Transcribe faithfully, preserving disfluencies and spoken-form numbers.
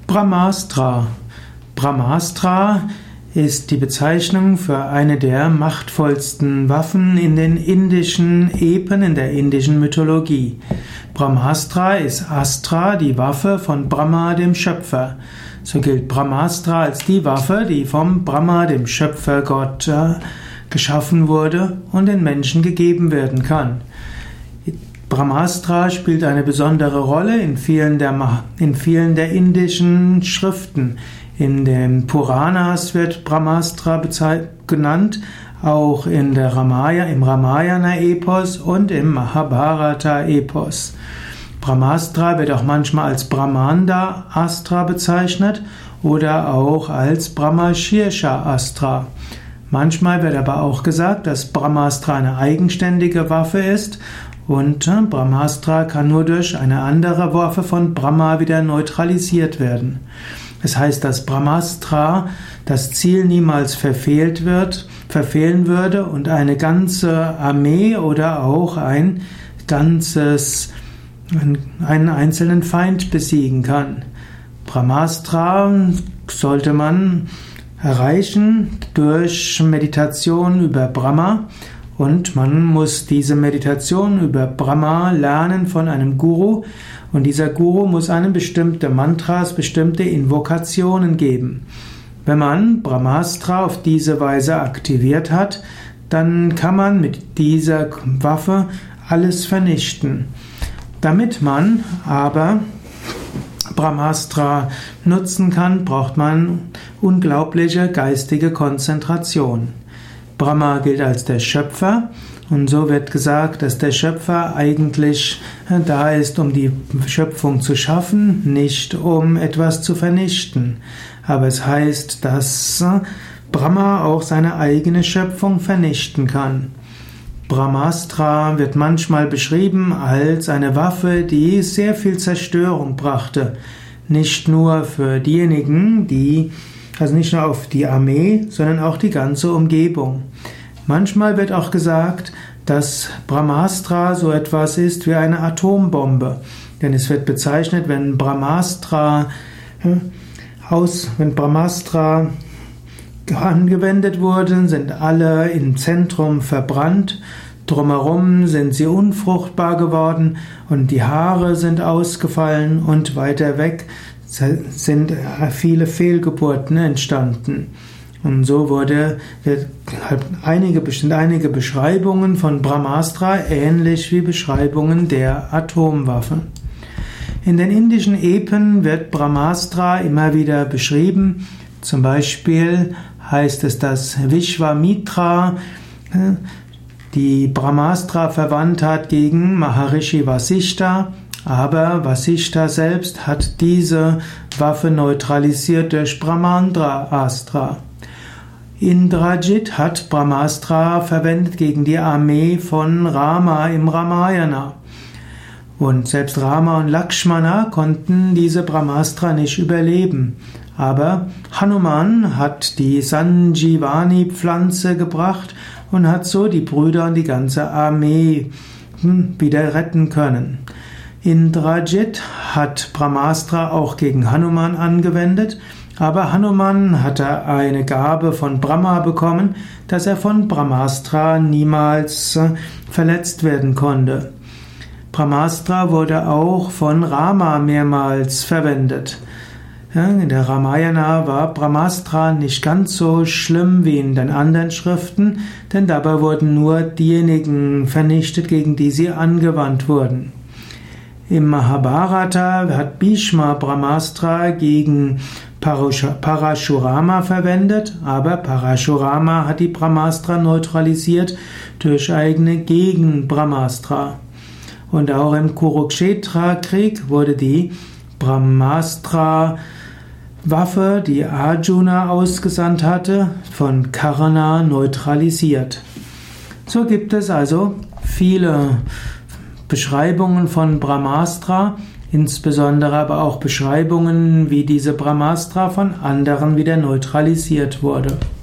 Brahmastra. Brahmastra ist die Bezeichnung für eine der machtvollsten Waffen in den indischen Epen, in der indischen Mythologie. Brahmastra ist Astra, die Waffe von Brahma, dem Schöpfer. So gilt Brahmastra als die Waffe, die vom Brahma, dem Schöpfergott, geschaffen wurde und den Menschen gegeben werden kann. Brahmastra spielt eine besondere Rolle in vielen der, in vielen der indischen Schriften. In den Puranas wird Brahmastra genannt, auch in der Ramayana, im Ramayana-Epos und im Mahabharata-Epos. Brahmastra wird auch manchmal als Brahmanda Astra bezeichnet oder auch als Brahmashirsha Astra. Manchmal wird aber auch gesagt, dass Brahmastra eine eigenständige Waffe ist und Brahmastra kann nur durch eine andere Waffe von Brahma wieder neutralisiert werden. Es heißt, dass Brahmastra das Ziel niemals verfehlt wird, verfehlen würde und eine ganze Armee oder auch ein ganzes, einen einzelnen Feind besiegen kann. Brahmastra sollte man erreichen durch Meditation über Brahma und man muss diese Meditation über Brahma lernen von einem Guru und dieser Guru muss einem bestimmte Mantras, bestimmte Invokationen geben. Wenn man Brahmastra auf diese Weise aktiviert hat, dann kann man mit dieser Waffe alles vernichten. Damit man aber Brahmastra nutzen kann, braucht man unglaubliche geistige Konzentration. Brahma gilt als der Schöpfer und so wird gesagt, dass der Schöpfer eigentlich da ist, um die Schöpfung zu schaffen, nicht um etwas zu vernichten. Aber es heißt, dass Brahma auch seine eigene Schöpfung vernichten kann. Brahmastra wird manchmal beschrieben als eine Waffe, die sehr viel Zerstörung brachte. Nicht nur für diejenigen, die, also nicht nur auf die Armee, sondern auch die ganze Umgebung. Manchmal wird auch gesagt, dass Brahmastra so etwas ist wie eine Atombombe. Denn es wird bezeichnet, wenn Brahmastra aus, wenn Brahmastra angewendet wurden, sind alle im Zentrum verbrannt, drumherum sind sie unfruchtbar geworden und die Haare sind ausgefallen und weiter weg sind viele Fehlgeburten entstanden. Und so wurde einige, bestimmt einige Beschreibungen von Brahmastra ähnlich wie Beschreibungen der Atomwaffe. In den indischen Epen wird Brahmastra immer wieder beschrieben. Zum Beispiel heißt es, dass Vishwamitra die Brahmastra verwandt hat gegen Maharishi Vasishta, aber Vasishta selbst hat diese Waffe neutralisiert durch Brahmandra Astra. Indrajit hat Brahmastra verwendet gegen die Armee von Rama im Ramayana. Und selbst Rama und Lakshmana konnten diese Brahmastra nicht überleben. Aber Hanuman hat die Sanjivani-Pflanze gebracht und hat so die Brüder und die ganze Armee wieder retten können. Indrajit hat Brahmastra auch gegen Hanuman angewendet, aber Hanuman hatte eine Gabe von Brahma bekommen, dass er von Brahmastra niemals verletzt werden konnte. Brahmastra wurde auch von Rama mehrmals verwendet. In der Ramayana war Brahmastra nicht ganz so schlimm wie in den anderen Schriften, denn dabei wurden nur diejenigen vernichtet, gegen die sie angewandt wurden. Im Mahabharata hat Bhishma Brahmastra gegen Parashurama verwendet, aber Parashurama hat die Brahmastra neutralisiert durch eigene Gegen-Brahmastra. Und auch im Kurukshetra-Krieg wurde die Brahmastra-Waffe, die Arjuna ausgesandt hatte, von Karna neutralisiert. So gibt es also viele Beschreibungen von Brahmastra, insbesondere aber auch Beschreibungen, wie diese Brahmastra von anderen wieder neutralisiert wurde.